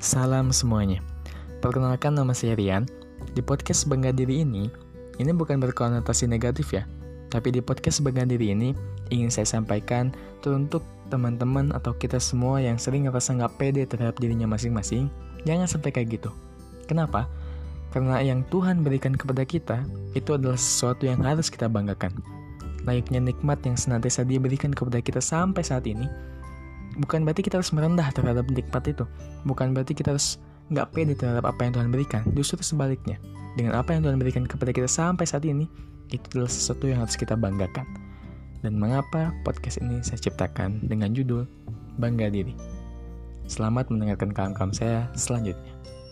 Salam semuanya. Perkenalkan, nama saya Rian. Di podcast Bangga Diri ini bukan berkonotasi negatif ya. Tapi di podcast Bangga Diri ini ingin saya sampaikan untuk teman-teman atau kita semua yang sering ngerasa nggak pede terhadap dirinya masing-masing. Jangan sampai kayak gitu. Kenapa? Karena yang Tuhan berikan kepada kita itu adalah sesuatu yang harus kita banggakan. Layaknya nikmat yang senantiasa Dia berikan kepada kita sampai saat ini. Bukan berarti kita harus merendah terhadap nikmat itu. Bukan berarti kita harus nggak pede terhadap apa yang Tuhan berikan. Justru sebaliknya, dengan apa yang Tuhan berikan kepada kita sampai saat ini, itu adalah sesuatu yang harus kita banggakan. Dan mengapa podcast ini saya ciptakan dengan judul Bangga Diri. Selamat mendengarkan kalam-kalam saya selanjutnya.